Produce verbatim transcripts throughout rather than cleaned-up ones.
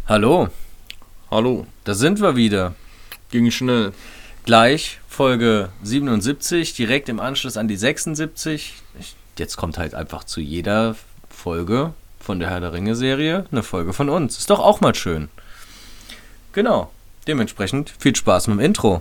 Hallo, Hallo, da sind wir wieder. ging schnell. Gleich Folge siebenundsiebzig, direkt im Anschluss an die sechsundsiebzig. Ich, jetzt kommt halt einfach zu jeder Folge von der Herr der Ringe-Serie eine Folge von uns. Ist doch auch mal schön. Genau, dementsprechend viel Spaß mit dem Intro.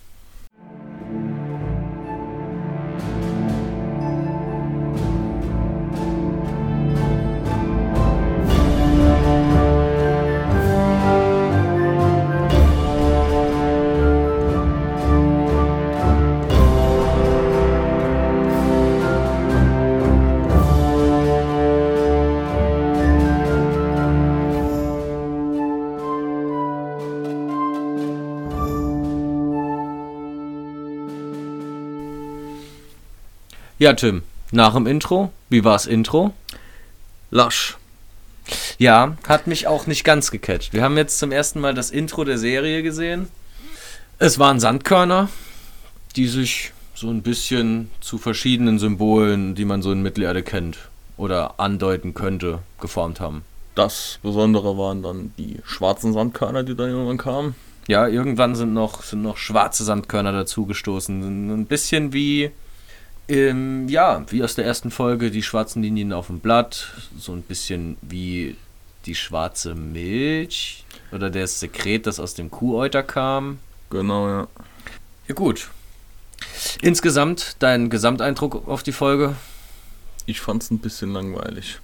Ja, Tim, nach dem Intro, wie war's Intro? Lasch. Ja, hat mich auch nicht ganz gecatcht. Wir haben jetzt zum ersten Mal das Intro der Serie gesehen. Es waren Sandkörner, die sich so ein bisschen zu verschiedenen Symbolen, die man so in Mittelerde kennt oder andeuten könnte, geformt haben. Das Besondere waren dann die schwarzen Sandkörner, die dann irgendwann kamen. Ja, irgendwann sind noch, sind noch schwarze Sandkörner dazugestoßen. Ein bisschen wie... Ähm, ja, wie aus der ersten Folge, die schwarzen Linien auf dem Blatt, so ein bisschen wie die schwarze Milch oder das Sekret, das aus dem Kuhäuter kam. Genau, ja. Ja gut. Insgesamt dein Gesamteindruck auf die Folge? Ich fand's ein bisschen langweilig.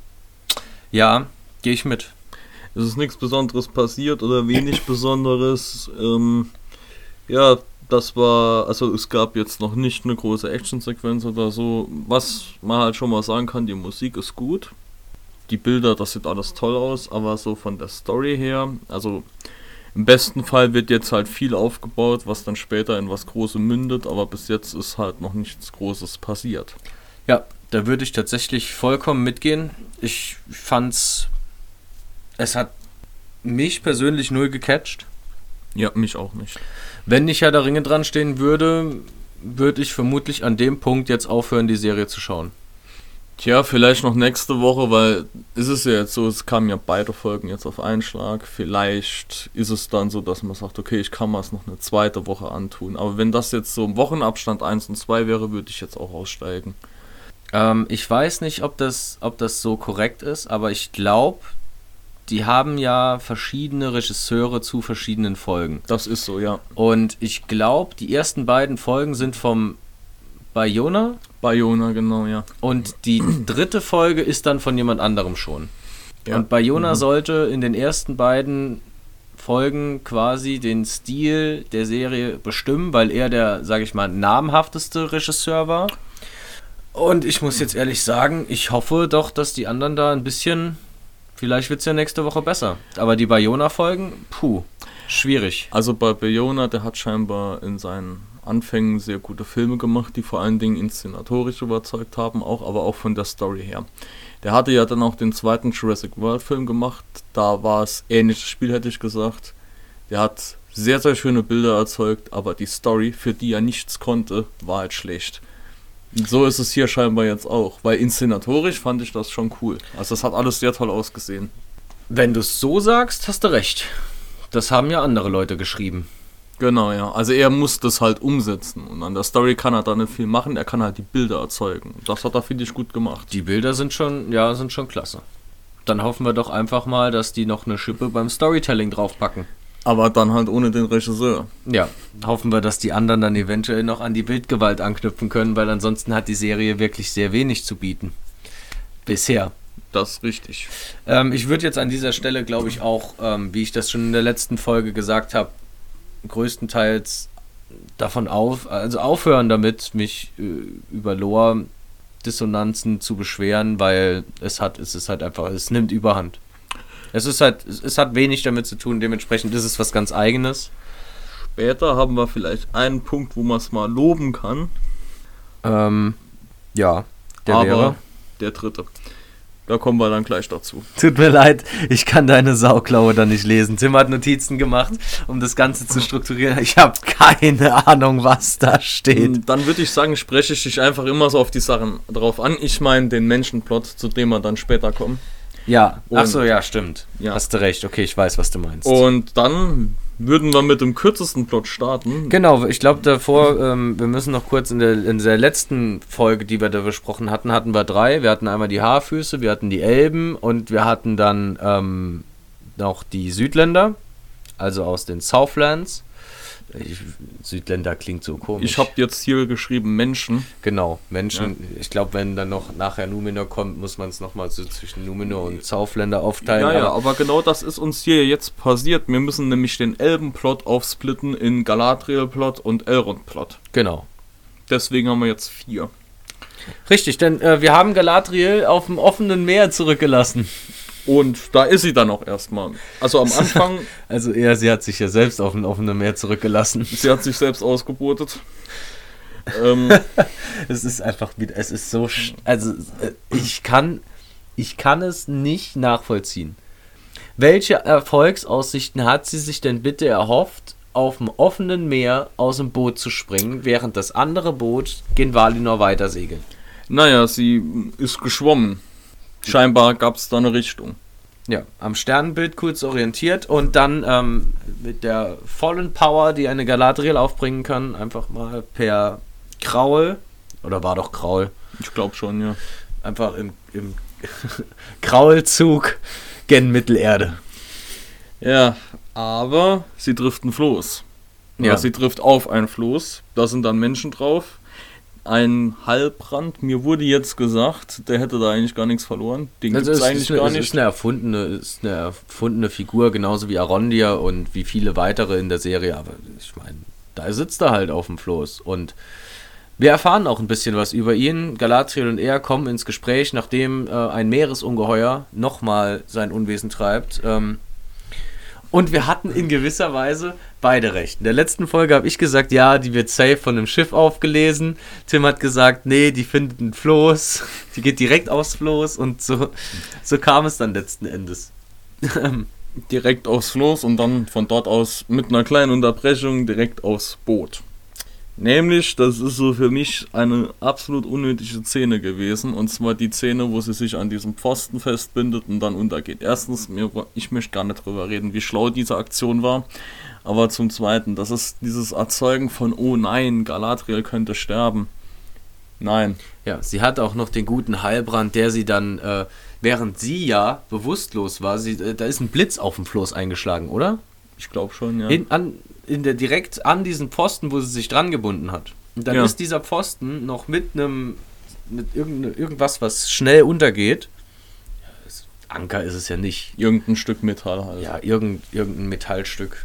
Ja, gehe ich mit. Es ist nichts Besonderes passiert oder wenig Besonderes. Ähm, ja, das war, also es gab jetzt noch nicht eine große Actionsequenz oder so. Was man halt schon mal sagen kann, die Musik ist gut. Die Bilder, das sieht alles toll aus, aber so von der Story her, also im besten Fall wird jetzt halt viel aufgebaut, was dann später in was Großes mündet, aber bis jetzt ist halt noch nichts Großes passiert. Ja, da würde ich tatsächlich vollkommen mitgehen. Ich fand's, es hat mich persönlich null gecatcht. Ja, mich auch nicht. Wenn nicht Herr der Ringe dran stehen würde, würde ich vermutlich an dem Punkt jetzt aufhören, die Serie zu schauen. Tja, vielleicht noch nächste Woche, weil ist es ja jetzt so, es kamen ja beide Folgen jetzt auf einen Schlag. Vielleicht ist es dann so, dass man sagt, okay, ich kann mir es noch eine zweite Woche antun. Aber wenn das jetzt so im Wochenabstand eins und zwei wäre, würde ich jetzt auch aussteigen. Ähm, ich weiß nicht, ob das, ob das so korrekt ist, aber ich glaube, die haben ja verschiedene Regisseure zu verschiedenen Folgen. Das ist so, ja. Und ich glaube, die ersten beiden Folgen sind vom Bayona. Bayona, genau, ja. Und die dritte Folge ist dann von jemand anderem schon. Ja. Und Bayona Mhm. sollte in den ersten beiden Folgen quasi den Stil der Serie bestimmen, weil er der, sage ich mal, namhafteste Regisseur war. Und ich muss jetzt ehrlich sagen, ich hoffe doch, dass die anderen da ein bisschen... Vielleicht wird es ja nächste Woche besser. Aber die Bayona-Folgen, puh, schwierig. Also bei Bayona, der hat scheinbar in seinen Anfängen sehr gute Filme gemacht, die vor allen Dingen inszenatorisch überzeugt haben, auch, aber auch von der Story her. Der hatte ja dann auch den zweiten Jurassic World Film gemacht. Da war es ähnliches Spiel, hätte ich gesagt. Der hat sehr, sehr schöne Bilder erzeugt, aber die Story, für die er nichts konnte, war halt schlecht. Und so ist es hier scheinbar jetzt auch, weil inszenatorisch fand ich das schon cool. Also das hat alles sehr toll ausgesehen. Wenn du es so sagst, hast du recht. Das haben ja andere Leute geschrieben. Genau, ja. Also er muss das halt umsetzen und an der Story kann er da nicht viel machen, er kann halt die Bilder erzeugen. Das hat er, finde ich, gut gemacht. Die Bilder sind schon, ja, sind schon klasse. Dann hoffen wir doch einfach mal, dass die noch eine Schippe beim Storytelling draufpacken. Aber dann halt ohne den Regisseur. Ja, hoffen wir, dass die anderen dann eventuell noch an die Bildgewalt anknüpfen können, weil ansonsten hat die Serie wirklich sehr wenig zu bieten. Bisher. Das ist richtig. Ähm, ich würde jetzt an dieser Stelle, glaube ich, auch, ähm, wie ich das schon in der letzten Folge gesagt habe, größtenteils davon auf, also aufhören damit, mich äh, über Lore-Dissonanzen zu beschweren, weil es hat, es ist halt einfach, es nimmt Überhand. Es ist halt, es hat wenig damit zu tun, dementsprechend ist es was ganz Eigenes. Später haben wir vielleicht einen Punkt, wo man es mal loben kann. Ähm, ja, der aber wäre. Der dritte. Da kommen wir dann gleich dazu. Tut mir leid, ich kann deine Sauklaue da nicht lesen. Tim hat Notizen gemacht, um das Ganze zu strukturieren. Ich habe keine Ahnung, was da steht. Dann würde ich sagen, spreche ich dich einfach immer so auf die Sachen drauf an. Ich meine den Menschenplot, zu dem wir dann später kommen. Ja, Und- ach so, ja, stimmt. Ja. Hast du recht. Okay, ich weiß, was du meinst. Und dann würden wir mit dem kürzesten Plot starten. Genau, ich glaube davor, ähm, wir müssen noch kurz in der, in der letzten Folge, die wir da besprochen hatten, hatten wir drei. Wir hatten einmal die Haarfüße, wir hatten die Elben und wir hatten dann ähm, noch die Südländer, also aus den Southlands. Ich, Südländer klingt so komisch. Ich habe jetzt hier geschrieben Menschen. Genau, Menschen. Ich glaube, wenn dann noch nachher Numenor kommt, muss man es nochmal so zwischen Numenor und Southländer aufteilen. Ja, ja, aber- aber genau das ist uns hier jetzt passiert. Wir müssen nämlich den Elbenplot aufsplitten in Galadriel-Plot und Elrond-Plot. Genau. Deswegen haben wir jetzt vier. Richtig, denn äh, wir haben Galadriel auf dem offenen Meer zurückgelassen. Und da ist sie dann auch erstmal. Also am Anfang, Also eher, sie hat sich ja selbst auf dem offenen Meer zurückgelassen. sie hat sich selbst ausgebotet. ähm, Es ist einfach wieder, es ist so, sch- also äh, ich kann, ich kann es nicht nachvollziehen. Welche Erfolgsaussichten hat sie sich denn bitte erhofft, auf dem offenen Meer aus dem Boot zu springen, während das andere Boot gen Valinor weiter segelt? naja, sie ist geschwommen. Scheinbar gab es da eine Richtung. Ja, am Sternenbild kurz orientiert und dann ähm, mit der vollen Power, die eine Galadriel aufbringen kann, einfach mal per Kraul, oder war doch Kraul, Ich glaube schon, ja. einfach im, im Kraulzug gen Mittelerde. Ja, aber sie trifft ein Floß. Ja. Ja. Sie trifft auf ein Floß. Da sind dann Menschen drauf. Ein Halbrand. Mir wurde jetzt gesagt, der hätte da eigentlich gar nichts verloren. Den Also gibt's es eigentlich ist eine, gar es nicht. ist eine erfundene, ist eine erfundene Figur, genauso wie Arondir und wie viele weitere in der Serie, aber ich meine, da sitzt er halt auf dem Floß und wir erfahren auch ein bisschen was über ihn. Galadriel und er kommen ins Gespräch, nachdem äh, ein Meeresungeheuer nochmal sein Unwesen treibt. Ähm, und wir hatten in gewisser Weise beide recht. In der letzten Folge habe ich gesagt, ja, die wird safe von einem Schiff aufgelesen. Tim hat gesagt, nee, die findet ein Floß. Die geht direkt aufs Floß und so, so kam es dann letzten Endes. Direkt aufs Floß und dann von dort aus mit einer kleinen Unterbrechung direkt aufs Boot. Nämlich, das ist so für mich eine absolut unnötige Szene gewesen. Und zwar die Szene, wo sie sich an diesem Pfosten festbindet und dann untergeht. Erstens, mir, ich möchte gar nicht drüber reden, wie schlau diese Aktion war. Aber zum Zweiten, das ist dieses Erzeugen von, oh nein, Galadriel könnte sterben. Nein. Ja, sie hat auch noch den guten Heilbrand, der sie dann, äh, während sie ja bewusstlos war, sie, äh, da ist ein Blitz auf dem Floß eingeschlagen, oder? Ich glaube schon, ja. In, an, in der, direkt an diesen Pfosten, wo sie sich dran gebunden hat. Und dann Ja. ist dieser Pfosten noch mit einem, mit irgend, irgendwas, was schnell untergeht. Ja, das Anker ist es ja nicht. Irgendein Stück Metall halt. Ja, irgend, irgendein Metallstück.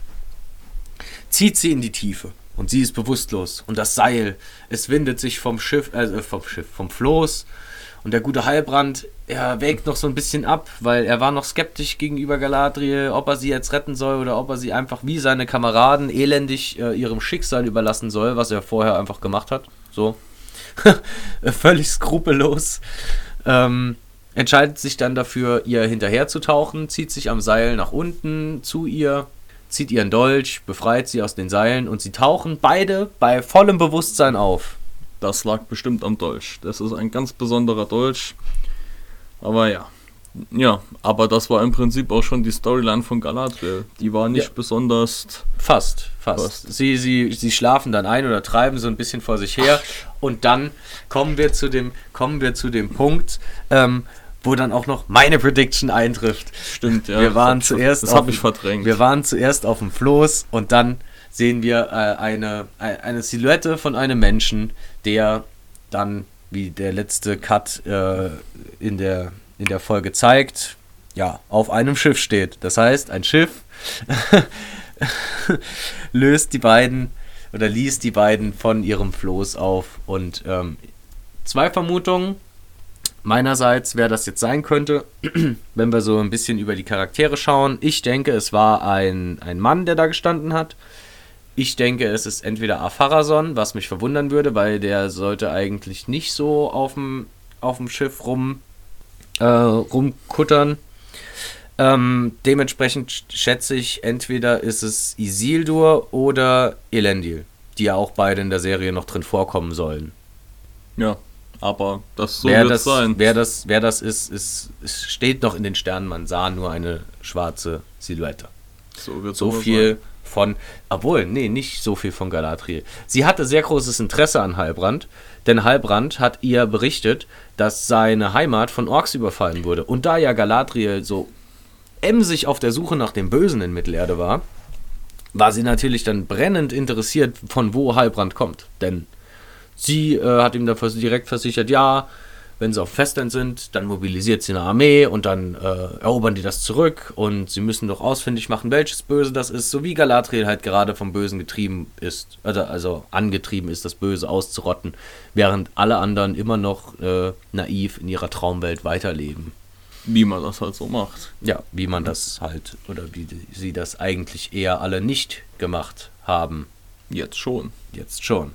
Zieht sie in die Tiefe. Und sie ist bewusstlos. Und das Seil, es windet sich vom Schiff, äh, vom Schiff, vom Floß. Und der gute Heilbrand, er wägt noch so ein bisschen ab, weil er war noch skeptisch gegenüber Galadriel, ob er sie jetzt retten soll oder ob er sie einfach wie seine Kameraden elendig äh, ihrem Schicksal überlassen soll, was er vorher einfach gemacht hat. So. Völlig skrupellos. Ähm, entscheidet sich dann dafür, ihr hinterher zu tauchen, zieht sich am Seil nach unten zu ihr, zieht ihren Dolch, befreit sie aus den Seilen und sie tauchen beide bei vollem Bewusstsein auf. Das lag bestimmt am Dolch. Das ist ein ganz besonderer Dolch. Aber ja. Ja, aber das war im Prinzip auch schon die Storyline von Galadriel. Die war nicht Ja. besonders... Fast, fast. Fast. Sie, sie, sie schlafen dann ein oder treiben so ein bisschen vor sich her und dann kommen wir zu dem, kommen wir zu dem Punkt, ähm, wo dann auch noch meine Prediction eintrifft. Stimmt, ja. Wir waren Das hab ich- zuerst Das auf habe ich dem- verdrängt. Wir waren zuerst auf dem Floß und dann sehen wir äh, eine, äh, eine Silhouette von einem Menschen, der dann, wie der letzte Cut äh, in, der, in der Folge zeigt, ja, auf einem Schiff steht. Das heißt, ein Schiff löst die beiden oder ließ die beiden von ihrem Floß auf und ähm, zwei Vermutungen. Meinerseits, wer das jetzt sein könnte, wenn wir so ein bisschen über die Charaktere schauen. Ich denke, es war ein, ein Mann, der da gestanden hat. Ich denke, es ist entweder Ar-Pharazôn, was mich verwundern würde, weil der sollte eigentlich nicht so auf dem auf dem Schiff rum, äh, rumkuttern. Ähm, dementsprechend sch- schätze ich, entweder ist es Isildur oder Elendil, die ja auch beide in der Serie noch drin vorkommen sollen. Ja, Aber das so wer wird das, sein. Wer das, wer das ist, ist, es steht noch in den Sternen, man sah nur eine schwarze Silhouette. So wird So viel sein. Von, obwohl, nee, nicht so viel von Galadriel. Sie hatte sehr großes Interesse an Halbrand, denn Halbrand hat ihr berichtet, dass seine Heimat von Orks überfallen wurde. Und da ja Galadriel so emsig auf der Suche nach dem Bösen in Mittelerde war, war sie natürlich dann brennend interessiert, von wo Halbrand kommt. Denn sie äh, hat ihm dann direkt versichert, ja, wenn sie auf Festland sind, dann mobilisiert sie eine Armee und dann äh, erobern die das zurück und sie müssen doch ausfindig machen, welches Böse das ist, so wie Galadriel halt gerade vom Bösen getrieben ist, also, also angetrieben ist, das Böse auszurotten, während alle anderen immer noch äh, naiv in ihrer Traumwelt weiterleben. Wie man das halt so macht. Ja, wie man das halt, oder wie sie das eigentlich eher alle nicht gemacht haben. Jetzt schon. Jetzt schon.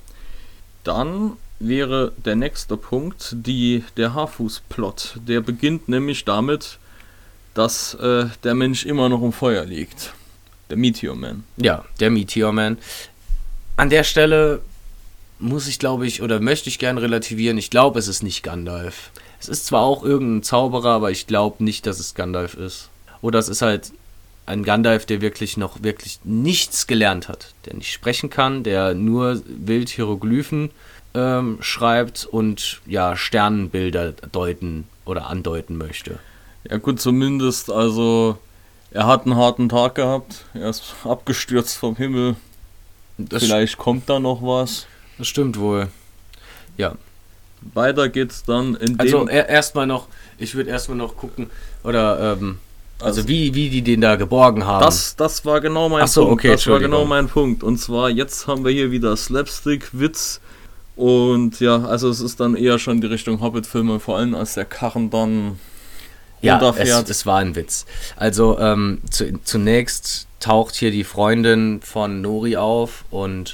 Dann wäre der nächste Punkt die, der Haarfuß-Plot. Der beginnt nämlich damit, dass äh, der Mensch immer noch im Feuer liegt. Der Meteor Man. Ja, der Meteor Man. An der Stelle muss ich, glaube ich, oder möchte ich gern relativieren, ich glaube, es ist nicht Gandalf. Es ist zwar auch irgendein Zauberer, aber ich glaube nicht, dass es Gandalf ist. Oder es ist halt ein Gandalf, der wirklich noch wirklich nichts gelernt hat. Der nicht sprechen kann, der nur wild Hieroglyphen ähm, schreibt und ja, Sternenbilder deuten oder andeuten möchte. Ja gut, zumindest, also er hat einen harten Tag gehabt, er ist abgestürzt vom Himmel. Das Vielleicht st- kommt da noch was. Das stimmt wohl. Ja. Weiter geht's dann in dem... Also er, erstmal noch, ich würde erstmal noch gucken, oder ähm, also, also wie, wie die den da geborgen haben. Das, das war genau mein Ach so, Punkt. Okay, das war genau mein Punkt. Und zwar, jetzt haben wir hier wieder Slapstick-Witz. Und ja, also es ist dann eher schon die Richtung Hobbit-Filme, vor allem als der Karren dann runterfährt. Ja, es, es war ein Witz. Also ähm, zu, zunächst taucht hier die Freundin von Nori auf und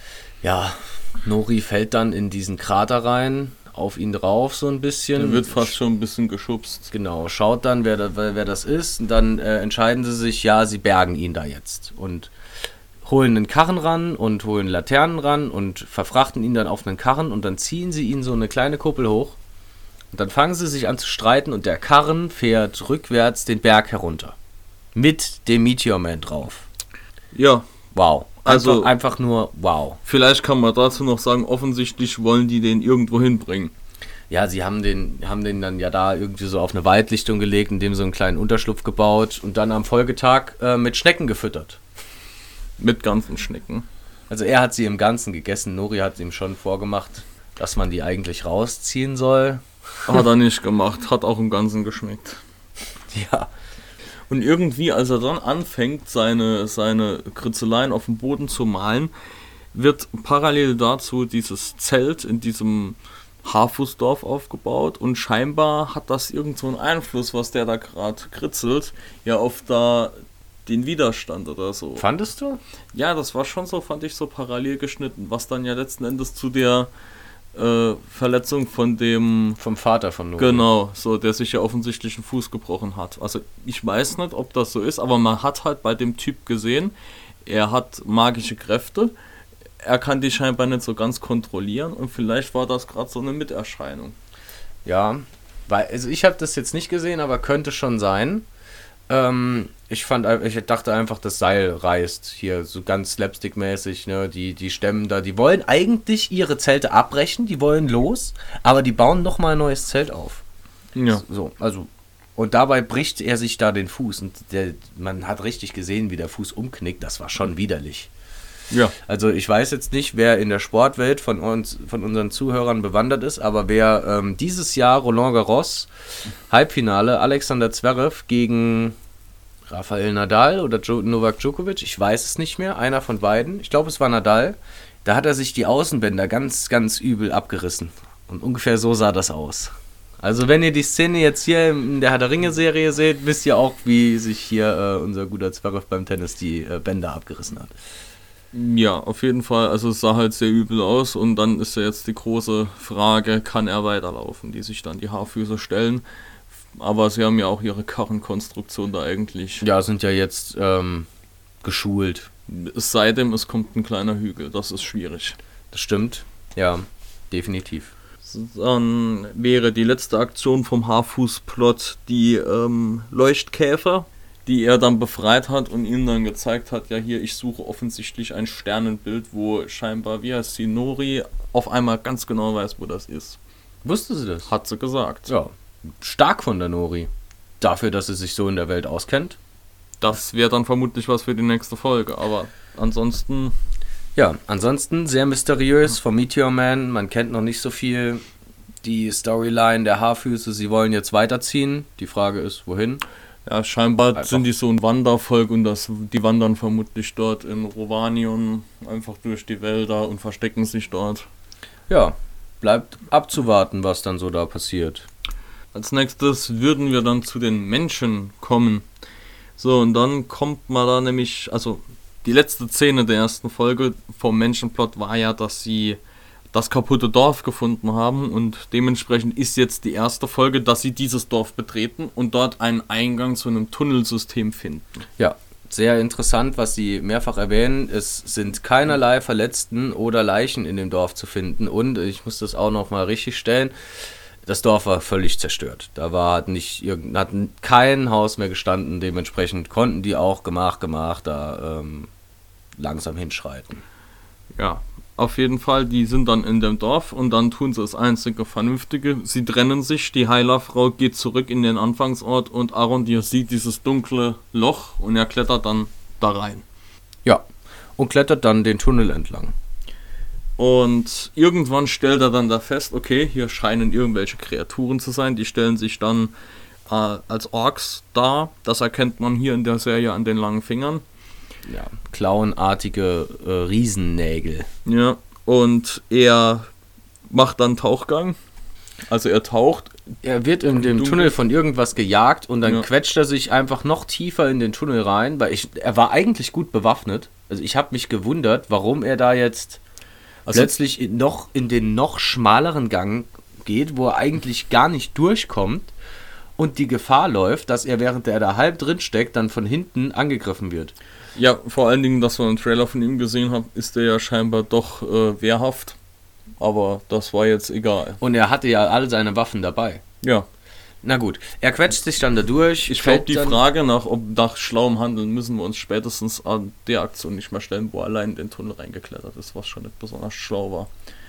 ja, Nori fällt dann in diesen Krater rein, auf ihn drauf so ein bisschen. Der wird fast schon ein bisschen geschubst. Genau, schaut dann, wer, da, wer das ist und dann äh, entscheiden sie sich, ja, sie bergen ihn da jetzt und holen einen Karren ran und holen Laternen ran und verfrachten ihn dann auf einen Karren und dann ziehen sie ihn so eine kleine Kuppel hoch und dann fangen sie sich an zu streiten und der Karren fährt rückwärts den Berg herunter. Mit dem Meteor Man drauf. Ja. Wow. Einfach, Also einfach nur wow. Vielleicht kann man dazu noch sagen, offensichtlich wollen die den irgendwo hinbringen. Ja, sie haben den, haben den dann ja da irgendwie so auf eine Waldlichtung gelegt, in dem so einen kleinen Unterschlupf gebaut und dann am Folgetag äh, mit Schnecken gefüttert. Mit ganzen Schnecken. Also er hat sie im Ganzen gegessen, Nori hat ihm schon vorgemacht, dass man die eigentlich rausziehen soll. Hat er nicht gemacht, hat auch im Ganzen geschmeckt. Ja. Und irgendwie, als er dann anfängt, seine, seine Kritzeleien auf dem Boden zu malen, wird parallel dazu dieses Zelt in diesem Haarfußdorf aufgebaut und scheinbar hat das irgend so einen Einfluss, was der da gerade kritzelt, ja auf da den Widerstand oder so. Fandest du? Ja, das war schon so, fand ich so parallel geschnitten, was dann ja letzten Endes zu der äh, Verletzung von dem... Vom Vater von Nori. Genau, so, der sich ja offensichtlich einen Fuß gebrochen hat. Also ich weiß nicht, ob das so ist, aber man hat halt bei dem Typ gesehen, er hat magische Kräfte, er kann die scheinbar nicht so ganz kontrollieren und vielleicht war das gerade so eine Miterscheinung. Ja, weil, also ich habe das jetzt nicht gesehen, aber könnte schon sein. Ähm, ich fand, ich dachte einfach, das Seil reißt hier so ganz slapstick-mäßig, ne, die, die stemmen da, die wollen eigentlich ihre Zelte abbrechen, die wollen los, aber die bauen nochmal ein neues Zelt auf. Ja. So, also, und dabei bricht er sich da den Fuß und der, man hat richtig gesehen, wie der Fuß umknickt, das war schon widerlich. Ja. Also ich weiß jetzt nicht, wer in der Sportwelt von uns, von unseren Zuhörern bewandert ist, aber wer ähm, dieses Jahr Roland Garros Halbfinale Alexander Zverev gegen Rafael Nadal oder jo- Novak Djokovic, ich weiß es nicht mehr, einer von beiden, ich glaube es war Nadal, da hat er sich die Außenbänder ganz, ganz übel abgerissen und ungefähr so sah das aus. Also wenn ihr die Szene jetzt hier in der Herr der Ringe-Serie seht, wisst ihr auch, wie sich hier äh, unser guter Zverev beim Tennis die äh, Bänder abgerissen hat. Ja, auf jeden Fall, also es sah halt sehr übel aus und dann ist ja jetzt die große Frage, kann er weiterlaufen, die sich dann die Haarfüße stellen, aber sie haben ja auch ihre Karrenkonstruktion da eigentlich. Ja, sind ja jetzt ähm, geschult. Es sei denn, es kommt ein kleiner Hügel, das ist schwierig. Das stimmt, ja, definitiv. Dann wäre die letzte Aktion vom Haarfuß-Plot die ähm, Leuchtkäfer, die er dann befreit hat und ihnen dann gezeigt hat, ja hier, ich suche offensichtlich ein Sternenbild, wo scheinbar, wie heißt sie, Nori, auf einmal ganz genau weiß, wo das ist. Wusste sie das? Hat sie gesagt. Ja, stark von der Nori. Dafür, dass sie sich so in der Welt auskennt. Das wäre dann vermutlich was für die nächste Folge, aber ansonsten... Ja, ansonsten sehr mysteriös vom Meteor Man, man kennt noch nicht so viel. Die Storyline der Haarfüße, sie wollen jetzt weiterziehen. Die Frage ist, wohin? Ja, scheinbar Einfach. sind die so ein Wandervolk und das, die wandern vermutlich dort in Rovanion einfach durch die Wälder und verstecken sich dort. Ja, bleibt abzuwarten, was dann so da passiert. Als nächstes würden wir dann zu den Menschen kommen. So, und dann kommt man da nämlich, also die letzte Szene der ersten Folge vom Menschenplot war ja, dass sie das kaputte Dorf gefunden haben und dementsprechend ist jetzt die erste Folge, dass sie dieses Dorf betreten und dort einen Eingang zu einem Tunnelsystem finden. Ja, sehr interessant, was sie mehrfach erwähnen. Es sind keinerlei Verletzten oder Leichen in dem Dorf zu finden und ich muss das auch nochmal richtig stellen, das Dorf war völlig zerstört. Da war hat nicht irgend, hat kein Haus mehr gestanden, dementsprechend konnten die auch gemach gemach da ähm, langsam hinschreiten. Ja, auf jeden Fall, die sind dann in dem Dorf und dann tun sie das einzige Vernünftige. Sie trennen sich, die Heilerfrau geht zurück in den Anfangsort und Arondir sieht dieses dunkle Loch und er klettert dann da rein. Ja, und klettert dann den Tunnel entlang. Und irgendwann stellt er dann da fest, okay, hier scheinen irgendwelche Kreaturen zu sein, die stellen sich dann äh, als Orks dar. Das erkennt man hier in der Serie an den langen Fingern. Ja, klauenartige äh, Riesennägel. Ja, und er macht dann Tauchgang. Also er taucht. Er wird in dem du, Tunnel von irgendwas gejagt und dann ja. quetscht er sich einfach noch tiefer in den Tunnel rein, weil ich, er war eigentlich gut bewaffnet. Also ich habe mich gewundert, warum er da jetzt also plötzlich in, noch in den noch schmaleren Gang geht, wo er eigentlich gar nicht durchkommt und die Gefahr läuft, dass er, während er da halb drin steckt, dann von hinten angegriffen wird. Ja, vor allen Dingen, dass wir einen Trailer von ihm gesehen haben, ist der ja scheinbar doch äh, wehrhaft. Aber das war jetzt egal. Und er hatte ja alle seine Waffen dabei. Ja. Na gut, er quetscht sich dann da durch. Ich glaube, die Frage nach, ob nach schlauem Handeln müssen wir uns spätestens an der Aktion nicht mehr stellen, wo er allein in den Tunnel reingeklettert ist, was schon nicht besonders schlau war.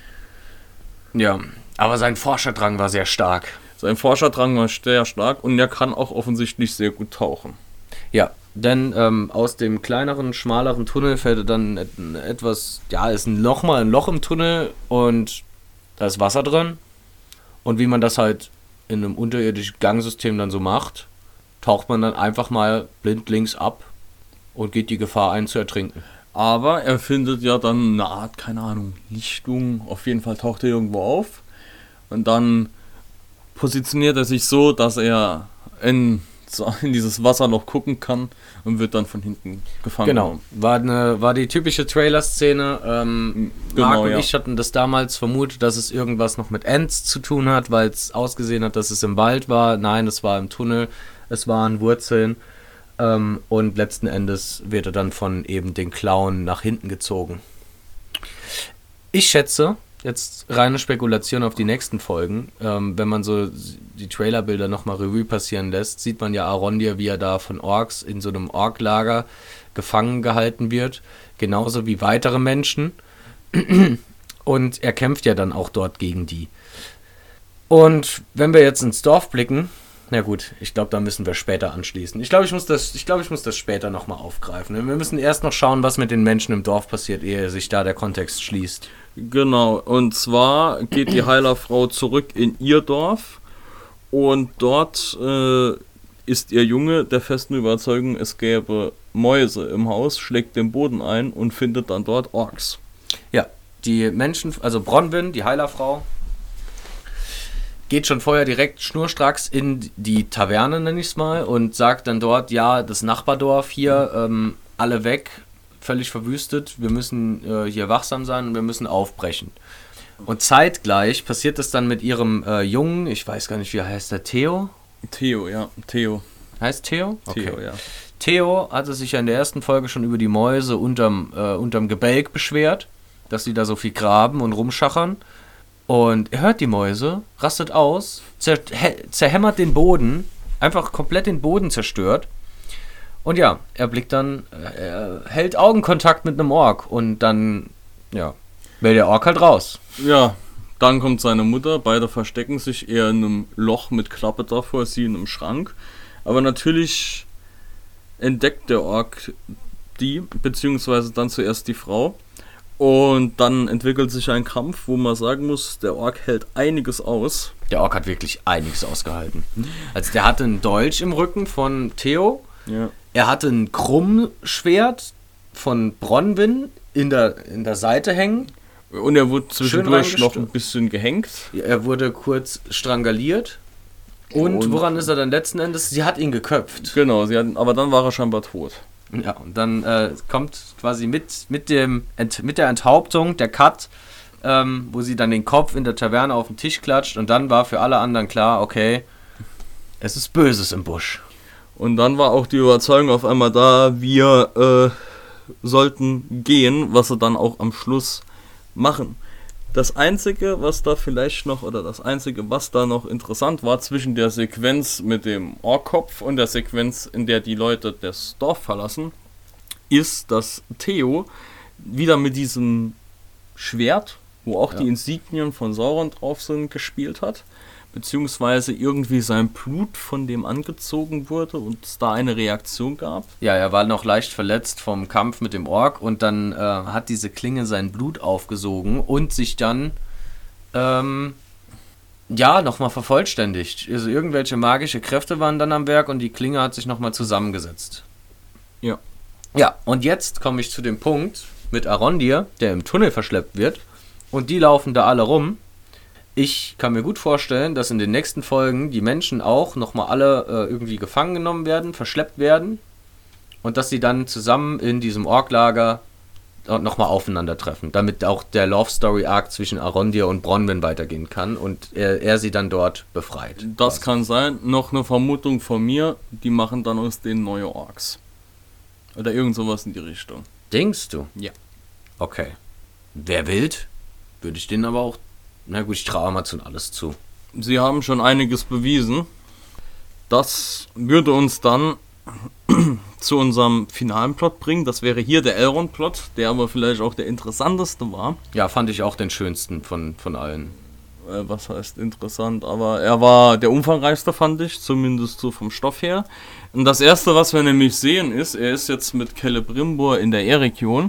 Ja, aber sein Forscherdrang war sehr stark. Sein Forscherdrang war sehr stark und er kann auch offensichtlich sehr gut tauchen. Ja, denn ähm, aus dem kleineren, schmaleren Tunnel fällt dann et- etwas, ja, ist nochmal ein Loch im Tunnel und da ist Wasser drin. Und wie man das halt in einem unterirdischen Gangsystem dann so macht, taucht man dann einfach mal blindlings ab und geht die Gefahr ein, zu ertrinken. Aber er findet ja dann eine Art, keine Ahnung, Lichtung. Auf jeden Fall taucht er irgendwo auf. Und dann positioniert er sich so, dass er in, in dieses Wasserloch gucken kann und wird dann von hinten gefangen. Genau, war, eine, war die typische Trailer-Szene. Ähm, genau, Marc und ja. ich hatten das damals vermutet, dass es irgendwas noch mit Ents zu tun hat, weil es ausgesehen hat, dass es im Wald war. Nein, es war im Tunnel, es waren Wurzeln. Ähm, und letzten Endes wird er dann von eben den Klauen nach hinten gezogen. Ich schätze, jetzt reine Spekulation auf die nächsten Folgen, ähm, wenn man so die Trailerbilder nochmal Revue passieren lässt, sieht man ja Arondir, wie er da von Orks in so einem Orklager gefangen gehalten wird, genauso wie weitere Menschen. Und er kämpft ja dann auch dort gegen die. Und wenn wir jetzt ins Dorf blicken, na gut, ich glaube, da müssen wir später anschließen. Ich glaube, ich muss das, ich glaube, ich muss das später nochmal aufgreifen. Wir müssen erst noch schauen, was mit den Menschen im Dorf passiert, ehe sich da der Kontext schließt. Genau, und zwar geht die Heilerfrau zurück in ihr Dorf und dort äh, ist ihr Junge der festen Überzeugung, es gäbe Mäuse im Haus, schlägt den Boden ein und findet dann dort Orks. Ja, die Menschen, also Bronwyn, die Heilerfrau, geht schon vorher direkt schnurstracks in die Taverne, nenne ich es mal, und sagt dann dort, ja, das Nachbardorf hier, ähm, alle weg, völlig verwüstet, wir müssen äh, hier wachsam sein und wir müssen aufbrechen. Und zeitgleich passiert das dann mit ihrem äh, Jungen, ich weiß gar nicht, wie er heißt, der Theo? Theo, ja, Theo. Heißt Theo? Okay. Theo, ja. Theo hatte sich ja in der ersten Folge schon über die Mäuse unterm, äh, unterm Gebälk beschwert, dass sie da so viel graben und rumschachern. Und er hört die Mäuse, rastet aus, zer zerhämmert den Boden, einfach komplett den Boden zerstört. Und ja, er blickt dann, er hält Augenkontakt mit einem Ork und dann, ja, will der Ork halt raus. Ja, dann kommt seine Mutter, beide verstecken sich eher in einem Loch mit Klappe davor, sie in einem Schrank. Aber natürlich entdeckt der Ork die, beziehungsweise dann zuerst die Frau. Und dann entwickelt sich ein Kampf, wo man sagen muss, der Ork hält einiges aus. Der Ork hat wirklich einiges ausgehalten. Also der hatte einen Dolch im Rücken von Theo. Ja. Er hatte ein Krummschwert von Bronwyn in der, in der Seite hängen. Und er wurde zwischendurch noch ein bisschen gehängt. Er wurde kurz strangaliert. Und, und woran ist er dann letzten Endes? Sie hat ihn geköpft. Genau, sie hat, aber dann war er scheinbar tot. Ja, und dann äh, kommt quasi mit, mit, dem, Ent, mit der Enthauptung der Cut, ähm, wo sie dann den Kopf in der Taverne auf den Tisch klatscht. Und dann war für alle anderen klar, okay, es ist Böses im Busch. Und dann war auch die Überzeugung auf einmal da, wir äh, sollten gehen, was sie dann auch am Schluss machen. Das Einzige, was da vielleicht noch, oder das Einzige, was da noch interessant war, zwischen der Sequenz mit dem Orkkopf und der Sequenz, in der die Leute das Dorf verlassen, ist, dass Theo wieder mit diesem Schwert, wo auch ja. die Insignien von Sauron drauf sind, gespielt hat, beziehungsweise irgendwie sein Blut von dem angezogen wurde und es da eine Reaktion gab. Ja, er war noch leicht verletzt vom Kampf mit dem Ork und dann äh, hat diese Klinge sein Blut aufgesogen und sich dann ähm, ja, nochmal vervollständigt. Also irgendwelche magische Kräfte waren dann am Werk und die Klinge hat sich nochmal zusammengesetzt. Ja. Ja, und jetzt komme ich zu dem Punkt mit Arondir, der im Tunnel verschleppt wird und die laufen da alle rum. Ich kann mir gut vorstellen, dass in den nächsten Folgen die Menschen auch nochmal alle äh, irgendwie gefangen genommen werden, verschleppt werden und dass sie dann zusammen in diesem Orklager nochmal aufeinandertreffen, damit auch der Love Story Arc zwischen Arondir und Bronwyn weitergehen kann und er, er sie dann dort befreit. Das kann sein. Noch eine Vermutung von mir, die machen dann aus denen neue Orks. Oder irgend sowas in die Richtung. Denkst du? Ja. Okay. Wer wild, würde ich denen aber auch... Na gut, ich traue Amazon alles zu. Sie haben schon einiges bewiesen. Das würde uns dann zu unserem finalen Plot bringen. Das wäre hier der Elrond-Plot, der aber vielleicht auch der interessanteste war. Ja, fand ich auch den schönsten von, von allen. Äh, was heißt interessant? Aber er war der umfangreichste, fand ich, zumindest so vom Stoff her. Und das erste, was wir nämlich sehen, ist, er ist jetzt mit Celebrimbor in der E-Region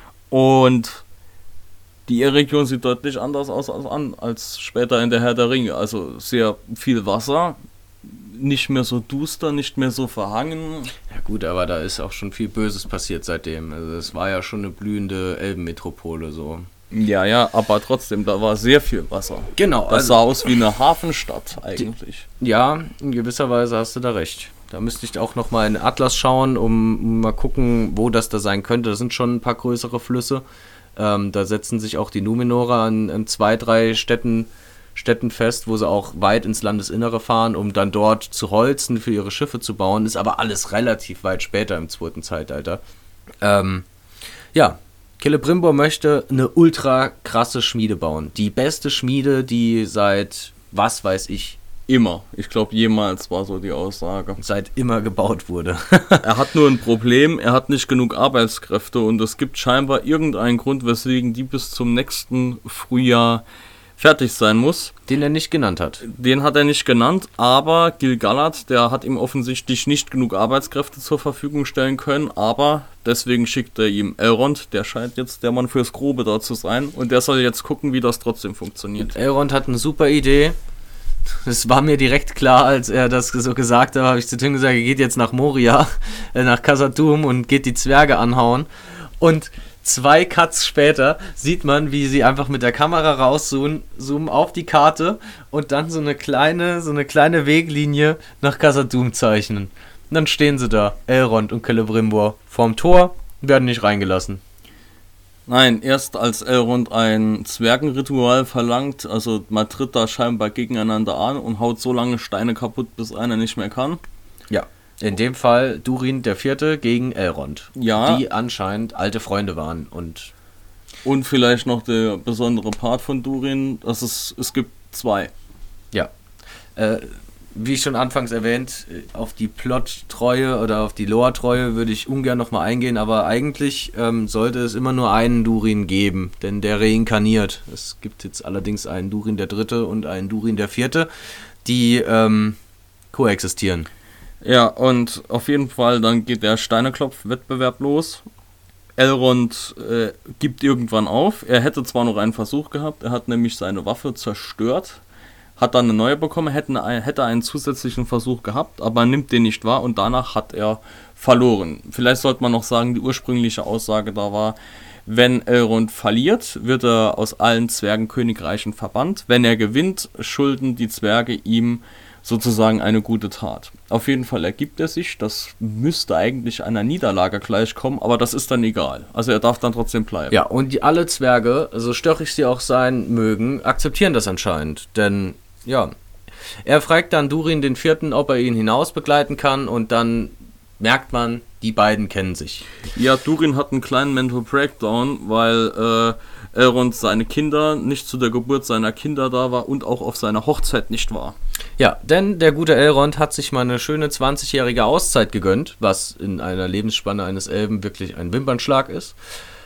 und die E-Region sieht deutlich anders aus als, an, als später in der Herr der Ringe. Also sehr viel Wasser, nicht mehr so duster, nicht mehr so verhangen. Ja gut, aber da ist auch schon viel Böses passiert seitdem. Also es war ja schon eine blühende Elbenmetropole so. Ja, ja, aber trotzdem, da war sehr viel Wasser. Genau. Das also, sah aus wie eine Hafenstadt eigentlich. Die, ja, in gewisser Weise hast du da recht. Da müsste ich auch nochmal in Atlas schauen, um, um mal gucken, wo das da sein könnte. Das sind schon ein paar größere Flüsse. Ähm, da setzen sich auch die Numenorer an, an zwei, drei Städten, Städten fest, wo sie auch weit ins Landesinnere fahren, um dann dort zu holzen für ihre Schiffe zu bauen. Ist aber alles relativ weit später im zweiten Zeitalter. Ähm, ja, Celebrimbor möchte eine ultra krasse Schmiede bauen. Die beste Schmiede, die seit, was weiß ich, immer. Ich glaube, jemals war so die Aussage. Seit immer gebaut wurde. Er hat nur ein Problem, er hat nicht genug Arbeitskräfte und es gibt scheinbar irgendeinen Grund, weswegen die bis zum nächsten Frühjahr fertig sein muss. Den er nicht genannt hat. Den hat er nicht genannt, aber Gil-galad, der hat ihm offensichtlich nicht genug Arbeitskräfte zur Verfügung stellen können, aber deswegen schickt er ihm Elrond, der scheint jetzt der Mann fürs Grobe da zu sein und der soll jetzt gucken, wie das trotzdem funktioniert. Und Elrond hat eine super Idee. Es war mir direkt klar, als er das so gesagt hat, habe ich zu Tim gesagt, er geht jetzt nach Moria, äh, nach Khazad-dûm und geht die Zwerge anhauen. Und zwei Cuts später sieht man, wie sie einfach mit der Kamera rauszoomen zoomen auf die Karte und dann so eine kleine, so eine kleine Weglinie nach Khazad-dûm zeichnen. Und dann stehen sie da, Elrond und Celebrimbor, vorm Tor, werden nicht reingelassen. Nein, erst als Elrond ein Zwergenritual verlangt, also man tritt da scheinbar gegeneinander an und haut so lange Steine kaputt, bis einer nicht mehr kann. Ja, in dem Fall Durin der Vierte gegen Elrond, ja, die anscheinend alte Freunde waren und Und vielleicht noch der besondere Part von Durin, dass es, es gibt zwei. Ja. Äh, wie ich schon anfangs erwähnt, auf die Plot-Treue oder auf die Lore-Treue würde ich ungern nochmal eingehen, aber eigentlich ähm, sollte es immer nur einen Durin geben, denn der reinkarniert. Es gibt jetzt allerdings einen Durin der Dritte und einen Durin der Vierte, die ähm, koexistieren. Ja, und auf jeden Fall, dann geht der Steineklopf-Wettbewerb los. Elrond äh, gibt irgendwann auf. Er hätte zwar noch einen Versuch gehabt, er hat nämlich seine Waffe zerstört, hat dann eine neue bekommen, hätte, eine, hätte einen zusätzlichen Versuch gehabt, aber nimmt den nicht wahr und danach hat er verloren. Vielleicht sollte man noch sagen, die ursprüngliche Aussage da war, wenn Elrond verliert, wird er aus allen Zwergenkönigreichen verbannt. Wenn er gewinnt, schulden die Zwerge ihm sozusagen eine gute Tat. Auf jeden Fall ergibt er sich, das müsste eigentlich einer Niederlage gleichkommen, aber das ist dann egal. Also er darf dann trotzdem bleiben. Ja, und die alle Zwerge, so störrig sie auch sein mögen, akzeptieren das anscheinend, denn ja, er fragt dann Durin den Vierten, ob er ihn hinaus begleiten kann und dann merkt man, die beiden kennen sich. Ja, Durin hat einen kleinen Mental Breakdown, weil äh, Elrond seine Kinder nicht zu der Geburt seiner Kinder da war und auch auf seiner Hochzeit nicht war. Ja, denn der gute Elrond hat sich mal eine schöne zwanzigjährige Auszeit gegönnt, was in einer Lebensspanne eines Elben wirklich ein Wimpernschlag ist.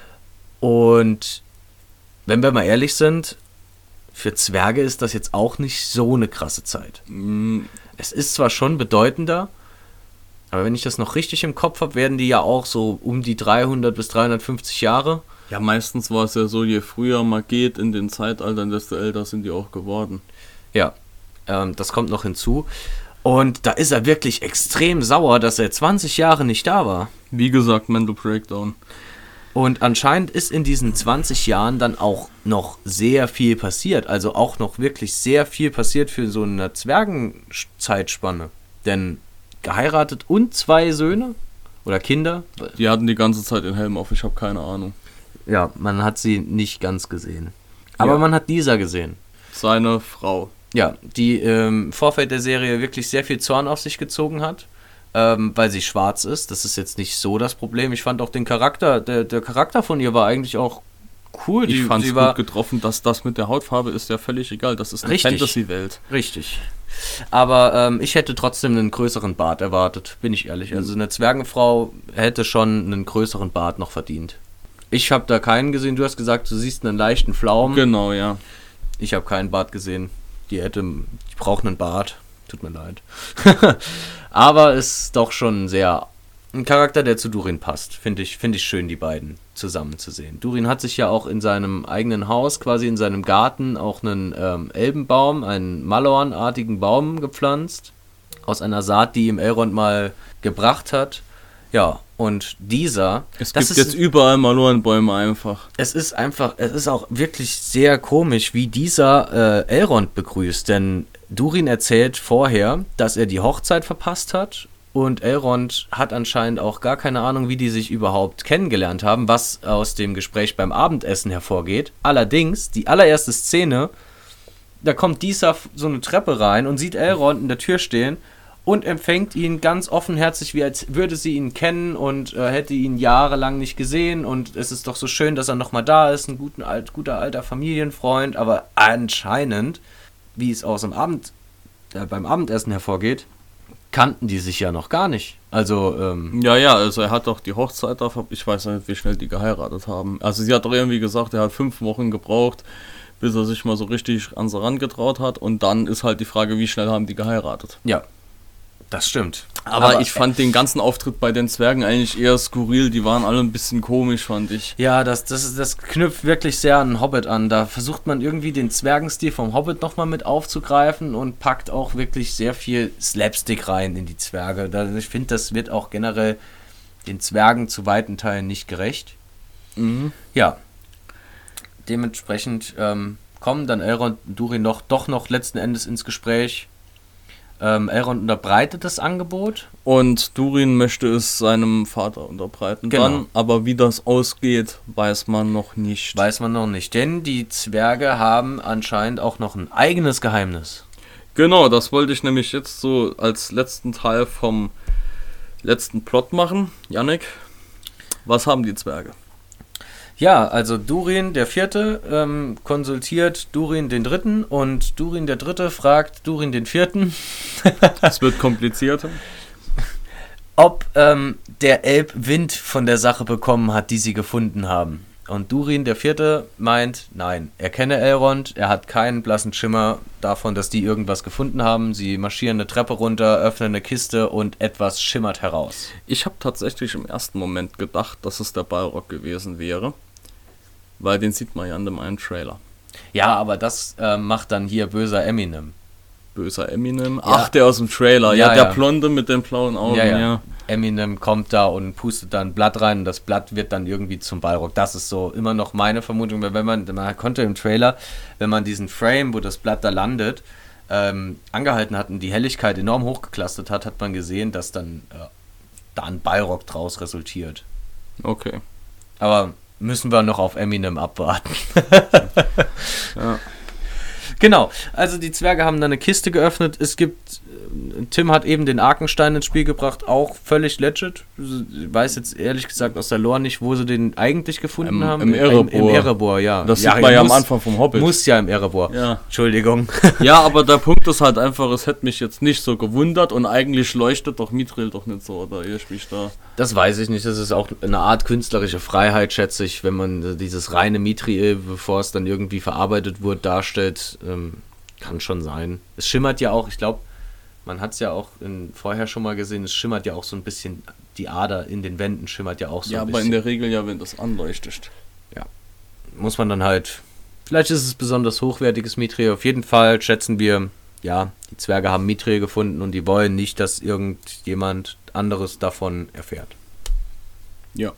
Und wenn wir mal ehrlich sind, für Zwerge ist das jetzt auch nicht so eine krasse Zeit. Mm. Es ist zwar schon bedeutender, aber wenn ich das noch richtig im Kopf habe, werden die ja auch so um die dreihundert bis dreihundertfünfzig Jahre. Ja, meistens war es ja so, je früher man geht in den Zeitaltern, desto älter sind die auch geworden. Ja, ähm, das kommt noch hinzu. Und da ist er wirklich extrem sauer, dass er zwanzig Jahre nicht da war. Wie gesagt, Mental Breakdown. Und anscheinend ist in diesen zwanzig Jahren dann auch noch sehr viel passiert. Also auch noch wirklich sehr viel passiert für so eine Zwergenzeitspanne. Denn geheiratet und zwei Söhne oder Kinder. Die hatten die ganze Zeit den Helm auf, ich habe keine Ahnung. Ja, man hat sie nicht ganz gesehen. Aber Ja. man hat Lisa gesehen. Seine Frau. Ja, die ähm, im Vorfeld der Serie wirklich sehr viel Zorn auf sich gezogen hat. Ähm, weil sie schwarz ist. Das ist jetzt nicht so das Problem. Ich fand auch den Charakter, der, der Charakter von ihr war eigentlich auch cool. Ich Die, fand es sie gut war getroffen, dass das mit der Hautfarbe ist ja völlig egal. Das ist eine Richtig. Fantasy-Welt. Richtig. Aber ähm, ich hätte trotzdem einen größeren Bart erwartet, bin ich ehrlich. Also eine Zwergenfrau hätte schon einen größeren Bart noch verdient. Ich habe da keinen gesehen. Du hast gesagt, du siehst einen leichten Pflaumen. Genau, ja. Ich habe keinen Bart gesehen. Die hätte, die braucht einen Bart. Tut mir leid. Aber ist doch schon sehr ein Charakter, der zu Durin passt. Finde ich, find ich schön, die beiden zusammen zu sehen. Durin hat sich ja auch in seinem eigenen Haus, quasi in seinem Garten, auch einen ähm, Elbenbaum, einen Malorn-artigen Baum gepflanzt. Aus einer Saat, die ihm Elrond mal gebracht hat. Ja, und dieser... Es das gibt ist, jetzt überall Malornbäume einfach. Es ist einfach, es ist auch wirklich sehr komisch, wie dieser äh, Elrond begrüßt, denn Durin erzählt vorher, dass er die Hochzeit verpasst hat und Elrond hat anscheinend auch gar keine Ahnung, wie die sich überhaupt kennengelernt haben, was aus dem Gespräch beim Abendessen hervorgeht. Allerdings, die allererste Szene, da kommt dieser so eine Treppe rein und sieht Elrond in der Tür stehen und empfängt ihn ganz offenherzig, wie als würde sie ihn kennen und äh, hätte ihn jahrelang nicht gesehen und es ist doch so schön, dass er nochmal da ist, ein guten, alt, guter alter Familienfreund, aber anscheinend, wie es aus dem Abend, äh, beim Abendessen hervorgeht, kannten die sich ja noch gar nicht. Also, ähm... Ja, ja, also er hat doch die Hochzeit, da, ich weiß nicht, wie schnell die geheiratet haben. Also sie hat doch irgendwie gesagt, er hat fünf Wochen gebraucht, bis er sich mal so richtig an sie rangetraut hat und dann ist halt die Frage, wie schnell haben die geheiratet. Ja, das stimmt. Aber, Aber ich fand den ganzen Auftritt bei den Zwergen eigentlich eher skurril, die waren alle ein bisschen komisch, fand ich. Ja, das, das, das knüpft wirklich sehr an Hobbit an. Da versucht man irgendwie den Zwergenstil vom Hobbit nochmal mit aufzugreifen und packt auch wirklich sehr viel Slapstick rein in die Zwerge. Da, ich finde, das wird auch generell den Zwergen zu weiten Teilen nicht gerecht. Mhm. Ja, dementsprechend ähm, kommen dann Elrond und Durin noch, doch noch letzten Endes ins Gespräch. Ähm, Elrond unterbreitet das Angebot. Und Durin möchte es seinem Vater unterbreiten. Genau. Dann, aber wie das ausgeht, weiß man noch nicht. Weiß man noch nicht, denn die Zwerge haben anscheinend auch noch ein eigenes Geheimnis. Genau, das wollte ich nämlich jetzt so als letzten Teil vom letzten Plot machen. Jannik, was haben die Zwerge? Ja, also Durin der Vierte ähm, konsultiert Durin den Dritten und Durin der Dritte fragt Durin den Vierten. Es wird komplizierter. Ob ähm, der Elb Wind von der Sache bekommen hat, die sie gefunden haben. Und Durin der Vierte meint, nein, er kenne Elrond, er hat keinen blassen Schimmer davon, dass die irgendwas gefunden haben. Sie marschieren eine Treppe runter, öffnen eine Kiste und etwas schimmert heraus. Ich habe tatsächlich im ersten Moment gedacht, dass es der Balrog gewesen wäre, weil den sieht man ja in dem einen Trailer. Ja, aber das äh, macht dann hier böser Eminem. Böser Eminem? Ach, ja. Der aus dem Trailer. Ja, ja, der ja. Blonde mit den blauen Augen. Ja, ja. ja. Eminem kommt da und pustet da ein Blatt rein und das Blatt wird dann irgendwie zum Balrog. Das ist so immer noch meine Vermutung, weil wenn man, man konnte im Trailer, wenn man diesen Frame, wo das Blatt da landet, ähm, angehalten hat und die Helligkeit enorm hochgeklustert hat, hat man gesehen, dass dann äh, da ein Balrog draus resultiert. Okay. Aber müssen wir noch auf Eminem abwarten. Ja. Genau, also die Zwerge haben da eine Kiste geöffnet. Es gibt, Tim hat eben den Arkenstein ins Spiel gebracht, auch völlig legit. Ich weiß jetzt ehrlich gesagt aus der Lore nicht, wo sie den eigentlich gefunden Im, haben. Im Erebor. Im, im Erebor, ja. Das ja, sieht man ja muss, am Anfang vom Hobbit. Muss ja im Erebor. Ja. Entschuldigung. Ja, aber der Punkt ist halt einfach, es hätte mich jetzt nicht so gewundert und eigentlich leuchtet doch Mithril doch nicht so, oder irre ich mich da? Das weiß ich nicht. Das ist auch eine Art künstlerische Freiheit, schätze ich, wenn man dieses reine Mithril, bevor es dann irgendwie verarbeitet wurde, darstellt. Ähm, kann schon sein. Es schimmert ja auch, ich glaube, man hat es ja auch in, vorher schon mal gesehen, es schimmert ja auch so ein bisschen, die Ader in den Wänden schimmert ja auch so ja, ein bisschen. Ja, aber in der Regel ja, wenn das anleuchtet. Ja, muss man dann halt, vielleicht ist es besonders hochwertiges Mithril, auf jeden Fall schätzen wir, ja, die Zwerge haben Mithril gefunden und die wollen nicht, dass irgendjemand anderes davon erfährt. Ja.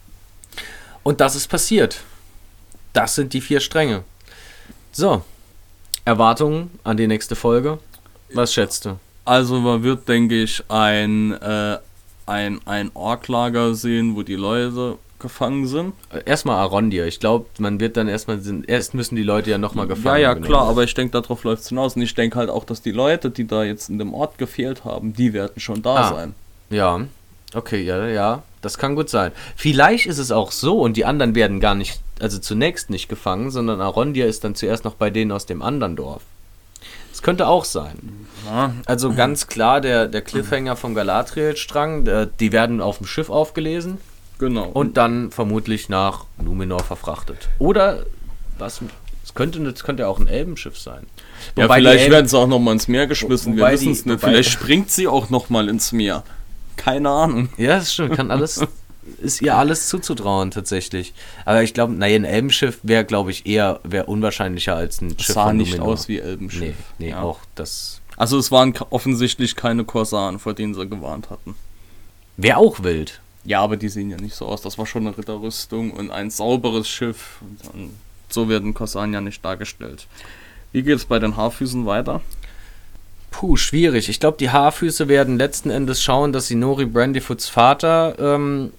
Und das ist passiert. Das sind die vier Stränge. So. Erwartungen an die nächste Folge? Was schätzt du? Also man wird, denke ich, ein, äh, ein, ein Orklager sehen, wo die Leute gefangen sind. Erstmal Arondir. Ich glaube, man wird dann erstmal, erst müssen die Leute ja nochmal gefangen Ja, ja, genommen. klar, aber ich denke, darauf läuft es hinaus. Und ich denke halt auch, dass die Leute, die da jetzt in dem Ort gefehlt haben, die werden schon da ah, sein. Ja, okay, ja, ja, das kann gut sein. Vielleicht ist es auch so und die anderen werden gar nicht, also zunächst nicht gefangen, sondern Arondir ist dann zuerst noch bei denen aus dem anderen Dorf. Das könnte auch sein. Ja. Also ganz klar, der, der Cliffhanger vom Galadriel-Strang, der, die werden auf dem Schiff aufgelesen. Genau. Und dann vermutlich nach Numenor verfrachtet. Oder, was, es könnte, es könnte auch ein Elbenschiff sein. Ja, wobei vielleicht Elben, werden sie auch nochmal ins Meer geschmissen, wir wissen es nicht. wobei, vielleicht springt sie auch nochmal ins Meer. Keine Ahnung. Ja, das stimmt, kann alles, ist ihr alles zuzutrauen tatsächlich. Aber ich glaube, naja, ein Elbenschiff wäre, glaube ich, eher, wäre unwahrscheinlicher als ein das Schiff sah von nicht Numenor. aus wie Elbenschiff. Nee, nee, ja. auch das... Also es waren offensichtlich keine Korsaren, vor denen sie gewarnt hatten. Wäre auch wild. Ja, aber die sehen ja nicht so aus. Das war schon eine Ritterrüstung und ein sauberes Schiff. Und so werden Korsaren ja nicht dargestellt. Wie geht es bei den Haarfüßen weiter? Puh, schwierig. Ich glaube, die Haarfüße werden letzten Endes schauen, dass sie Nori Brandyfoots Vater ähm,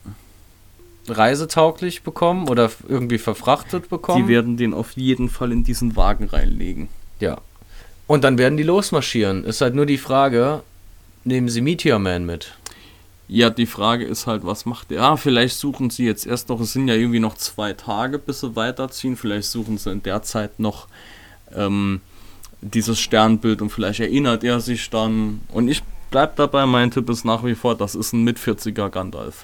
reisetauglich bekommen oder irgendwie verfrachtet bekommen. Die werden den auf jeden Fall in diesen Wagen reinlegen. Ja. Und dann werden die losmarschieren. Ist halt nur die Frage, nehmen sie Meteor Man mit? Ja, die Frage ist halt, was macht der? Ja, vielleicht suchen sie jetzt erst noch, es sind ja irgendwie noch zwei Tage, bis sie weiterziehen. Vielleicht suchen sie in der Zeit noch ähm, dieses Sternbild und vielleicht erinnert er sich dann. Und ich bleib dabei, mein Tipp ist nach wie vor, das ist ein Mitvierziger Gandalf.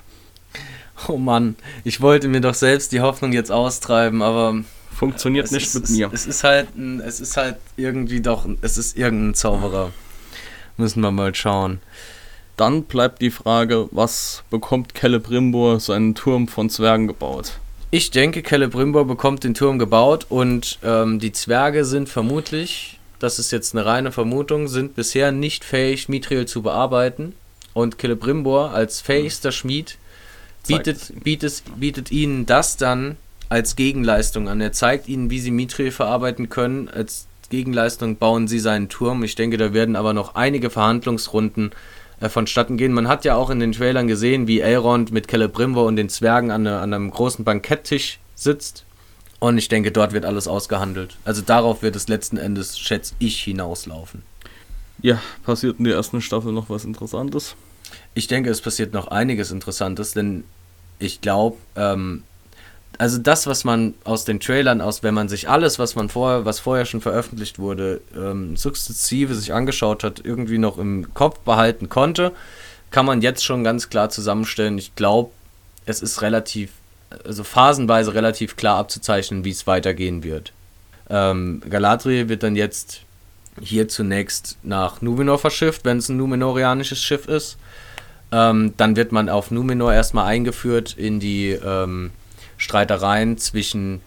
Oh Mann, ich wollte mir doch selbst die Hoffnung jetzt austreiben, aber... Funktioniert nicht ist, mit es, mir. Es ist halt ein, es ist halt irgendwie doch, es ist irgendein Zauberer. Müssen wir mal schauen. Dann bleibt die Frage, was bekommt Celebrimbor seinen Turm von Zwergen gebaut? Ich denke, Celebrimbor bekommt den Turm gebaut und ähm, die Zwerge sind vermutlich, das ist jetzt eine reine Vermutung, sind bisher nicht fähig, Mithril zu bearbeiten. Und Celebrimbor als fähigster Schmied bietet, bietet, bietet ihnen das dann als Gegenleistung an. Er zeigt ihnen, wie sie Mithril verarbeiten können. Als Gegenleistung bauen sie seinen Turm. Ich denke, da werden aber noch einige Verhandlungsrunden äh, vonstatten gehen. Man hat ja auch in den Trailern gesehen, wie Elrond mit Celebrimbor und den Zwergen an, eine, an einem großen Banketttisch sitzt. Und ich denke, dort wird alles ausgehandelt. Also darauf wird es letzten Endes, schätze ich, hinauslaufen. Ja, passiert in der ersten Staffel noch was Interessantes? Ich denke, es passiert noch einiges Interessantes, denn ich glaube, ähm, also das, was man aus den Trailern, aus, wenn man sich alles, was man vorher, was vorher schon veröffentlicht wurde, ähm, sukzessive sich angeschaut hat, irgendwie noch im Kopf behalten konnte, kann man jetzt schon ganz klar zusammenstellen. Ich glaube, es ist relativ, also phasenweise relativ klar abzuzeichnen, wie es weitergehen wird. Ähm, Galadriel wird dann jetzt hier zunächst nach Numenor verschifft, wenn es ein numenorianisches Schiff ist. Ähm, dann wird man auf Numenor erstmal eingeführt in die ähm, Streitereien zwischen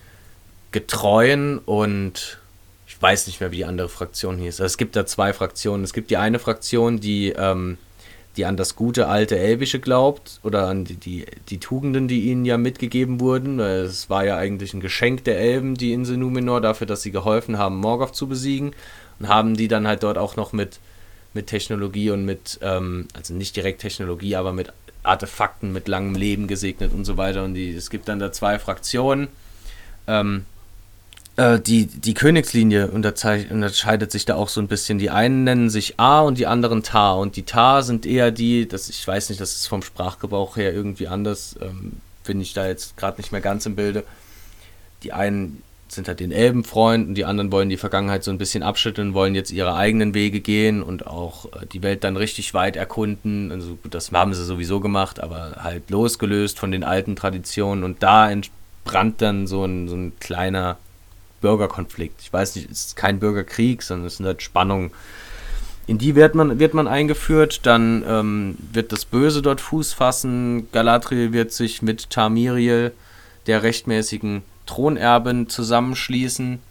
Getreuen und ich weiß nicht mehr, wie die andere Fraktion hieß. Also es gibt da zwei Fraktionen. Es gibt die eine Fraktion, die, ähm, die an das gute alte Elbische glaubt oder an die, die, die Tugenden, die ihnen ja mitgegeben wurden. Es war ja eigentlich ein Geschenk der Elben, die Insel Numenor, dafür, dass sie geholfen haben, Morgoth zu besiegen. Und haben die dann halt dort auch noch mit, mit Technologie und mit, ähm, also nicht direkt Technologie, aber mit Artefakten, mit langem Leben gesegnet und so weiter. Und die, es gibt dann da zwei Fraktionen. Ähm, äh, die, die Königslinie unterscheidet sich da auch so ein bisschen. Die einen nennen sich A und die anderen Tar. Und die Tar sind eher die, das, ich weiß nicht, das ist vom Sprachgebrauch her irgendwie anders, ähm, bin ich da jetzt gerade nicht mehr ganz im Bilde. Die einen sind halt den Elbenfreund und die anderen wollen die Vergangenheit so ein bisschen abschütteln, wollen jetzt ihre eigenen Wege gehen und auch äh, die Welt dann richtig weit erkunden. Also gut, das haben sie sowieso gemacht, aber halt losgelöst von den alten Traditionen und da entbrannt dann so ein, so ein kleiner Bürgerkonflikt. Ich weiß nicht, es ist kein Bürgerkrieg, sondern es sind halt Spannungen. In die wird man, wird man eingeführt, dann ähm, wird das Böse dort Fuß fassen, Galadriel wird sich mit Tamiriel, der rechtmäßigen Thronerbin, zusammenschließen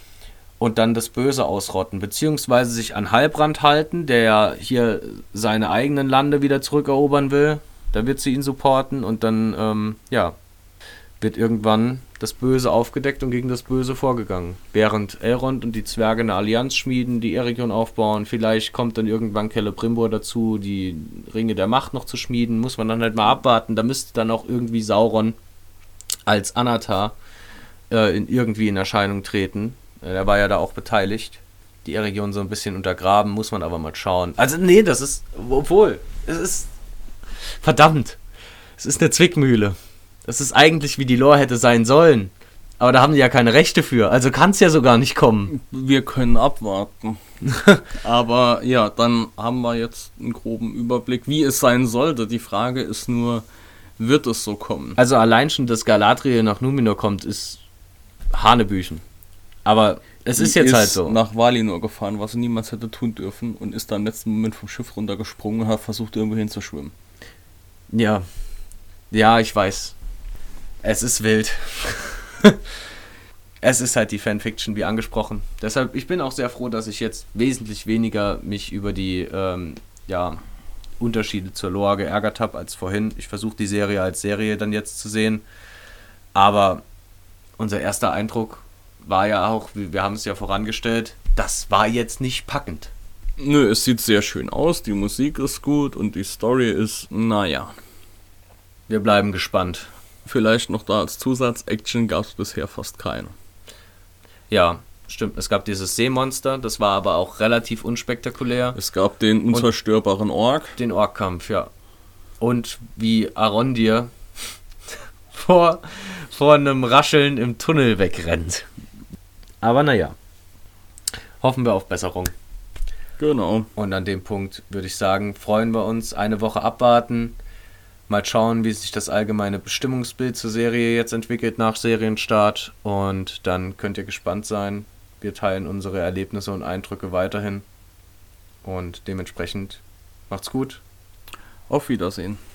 und dann das Böse ausrotten, beziehungsweise sich an Halbrand halten, der ja hier seine eigenen Lande wieder zurückerobern will. Da wird sie ihn supporten und dann, ähm, ja, wird irgendwann das Böse aufgedeckt und gegen das Böse vorgegangen. Während Elrond und die Zwerge eine Allianz schmieden, die Eregion aufbauen, vielleicht kommt dann irgendwann Celebrimbor dazu, die Ringe der Macht noch zu schmieden, muss man dann halt mal abwarten. Da müsste dann auch irgendwie Sauron als Anatar in irgendwie in Erscheinung treten. Er war ja da auch beteiligt. Die Eregion so ein bisschen untergraben, muss man aber mal schauen. Also nee, das ist, obwohl, es ist, verdammt, es ist eine Zwickmühle. Das ist eigentlich, wie die Lore hätte sein sollen. Aber da haben die ja keine Rechte für, also kann es ja sogar nicht kommen. Wir können abwarten. Aber ja, dann haben wir jetzt einen groben Überblick, wie es sein sollte. Die Frage ist nur, wird es so kommen? Also allein schon, dass Galadriel nach Numenor kommt, ist Hanebüchen. Aber es ist jetzt ist halt so. Nach Valinor gefahren, was sie niemals hätte tun dürfen und ist dann im letzten Moment vom Schiff runtergesprungen und hat versucht, irgendwo hinzuschwimmen. Ja. Ja, ich weiß. Es ist wild. Es ist halt die Fanfiction, wie angesprochen. Deshalb, ich bin auch sehr froh, dass ich jetzt wesentlich weniger mich über die ähm, ja, Unterschiede zur Lore geärgert habe als vorhin. Ich versuche die Serie als Serie dann jetzt zu sehen. Aber unser erster Eindruck war ja auch, wir haben es ja vorangestellt, das war jetzt nicht packend. Nö, es sieht sehr schön aus, die Musik ist gut und die Story ist, naja. Wir bleiben gespannt. Vielleicht noch da als Zusatz, Action gab es bisher fast keine. Ja, stimmt. Es gab dieses Seemonster, das war aber auch relativ unspektakulär. Es gab den unzerstörbaren Ork. Den Orkkampf, ja. Und wie Arondir vor, vor einem Rascheln im Tunnel wegrennt. Aber naja, hoffen wir auf Besserung. Genau. Und an dem Punkt würde ich sagen, freuen wir uns, eine Woche abwarten, mal schauen, wie sich das allgemeine Bestimmungsbild zur Serie jetzt entwickelt nach Serienstart und dann könnt ihr gespannt sein. Wir teilen unsere Erlebnisse und Eindrücke weiterhin und dementsprechend macht's gut. Auf Wiedersehen.